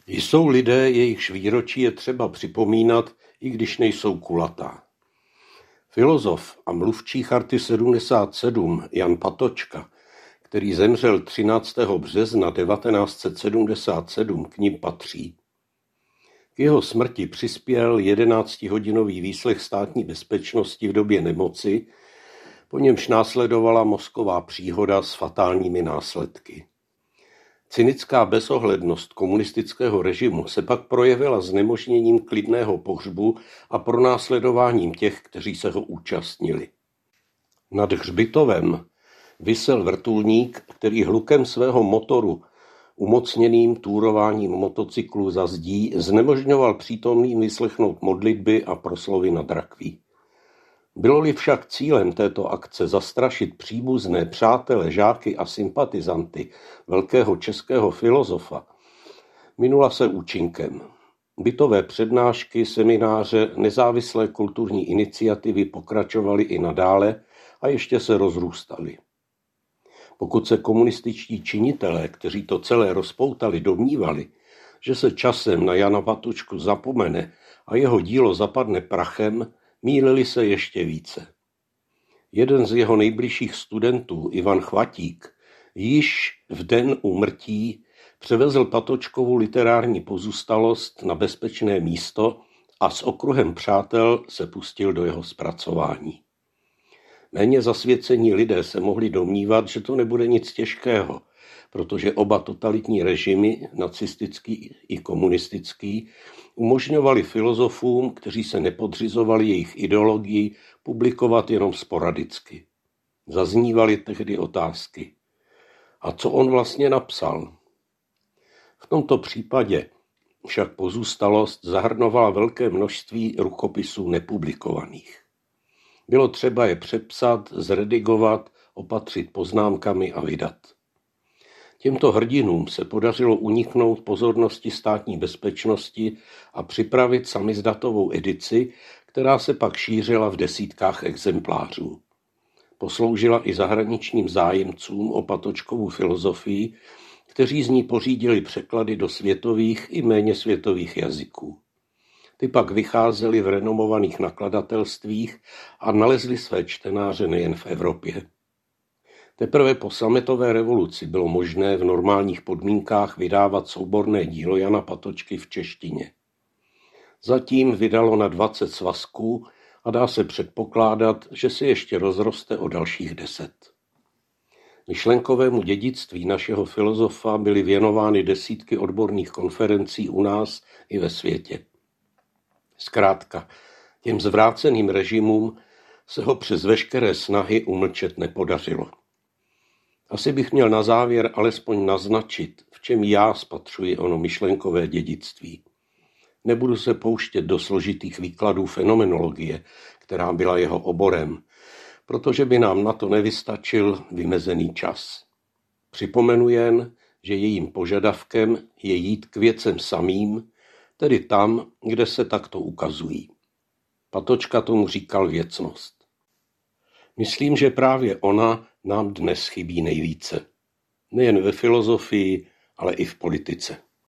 Jsou lidé, jejichž výročí je třeba připomínat, i když nejsou kulatá. Filozof a mluvčí Charty 77 Jan Patočka, který zemřel 13. března 1977, k nim patří. K jeho smrti přispěl 11hodinový výslech Státní bezpečnosti v době nemoci, po němž následovala mozková příhoda s fatálními následky. Cynická bezohlednost komunistického režimu se pak projevila znemožněním klidného pohřbu a pronásledováním těch, kteří se ho účastnili. Nad hřbitovem visel vrtulník, který hlukem svého motoru, umocněným túrováním motocyklu za zdí, znemožňoval přítomným vyslechnout modlitby a proslovy nad rakví. Bylo-li však cílem této akce zastrašit příbuzné, přátele, žáky a sympatizanty velkého českého filozofa, minula se účinkem. Bytové přednášky, semináře, nezávislé kulturní iniciativy pokračovaly i nadále a ještě se rozrůstaly. Pokud se komunističtí činitelé, kteří to celé rozpoutali, domnívali, že se časem na Jana Patočku zapomene a jeho dílo zapadne prachem, mýlili se ještě více. Jeden z jeho nejbližších studentů, Ivan Chvatík, již v den úmrtí převezl Patočkovu literární pozůstalost na bezpečné místo a s okruhem přátel se pustil do jeho zpracování. Méně zasvěcení lidé se mohli domnívat, že to nebude nic těžkého, protože oba totalitní režimy, nacistický i komunistický, umožňovali filozofům, kteří se nepodřizovali jejich ideologii, publikovat jenom sporadicky. Zaznívaly tehdy otázky. A co on vlastně napsal? V tomto případě však pozůstalost zahrnovala velké množství rukopisů nepublikovaných. Bylo třeba je přepsat, zredigovat, opatřit poznámkami a vydat. Těmto hrdinům se podařilo uniknout pozornosti Státní bezpečnosti a připravit samizdatovou edici, která se pak šířila v desítkách exemplářů. Posloužila i zahraničním zájemcům o Patočkovu filozofii, kteří z ní pořídili překlady do světových i méně světových jazyků. Ty pak vycházely v renomovaných nakladatelstvích a nalezly své čtenáře nejen v Evropě. Teprve po sametové revoluci bylo možné v normálních podmínkách vydávat souborné dílo Jana Patočky v češtině. Zatím vydalo na 20 svazků a dá se předpokládat, že se ještě rozroste o dalších 10. Myšlenkovému dědictví našeho filozofa byly věnovány desítky odborných konferencí u nás i ve světě. Zkrátka, těm zvráceným režimům se ho přes veškeré snahy umlčet nepodařilo. Asi bych měl na závěr alespoň naznačit, v čem já spatřuji ono myšlenkové dědictví. Nebudu se pouštět do složitých výkladů fenomenologie, která byla jeho oborem, protože by nám na to nevystačil vymezený čas. Připomenu jen, že jejím požadavkem je jít k věcem samým, tedy tam, kde se takto ukazují. Patočka tomu říkal věcnost. Myslím, že právě ona nám dnes chybí nejvíce. Nejen ve filozofii, ale i v politice.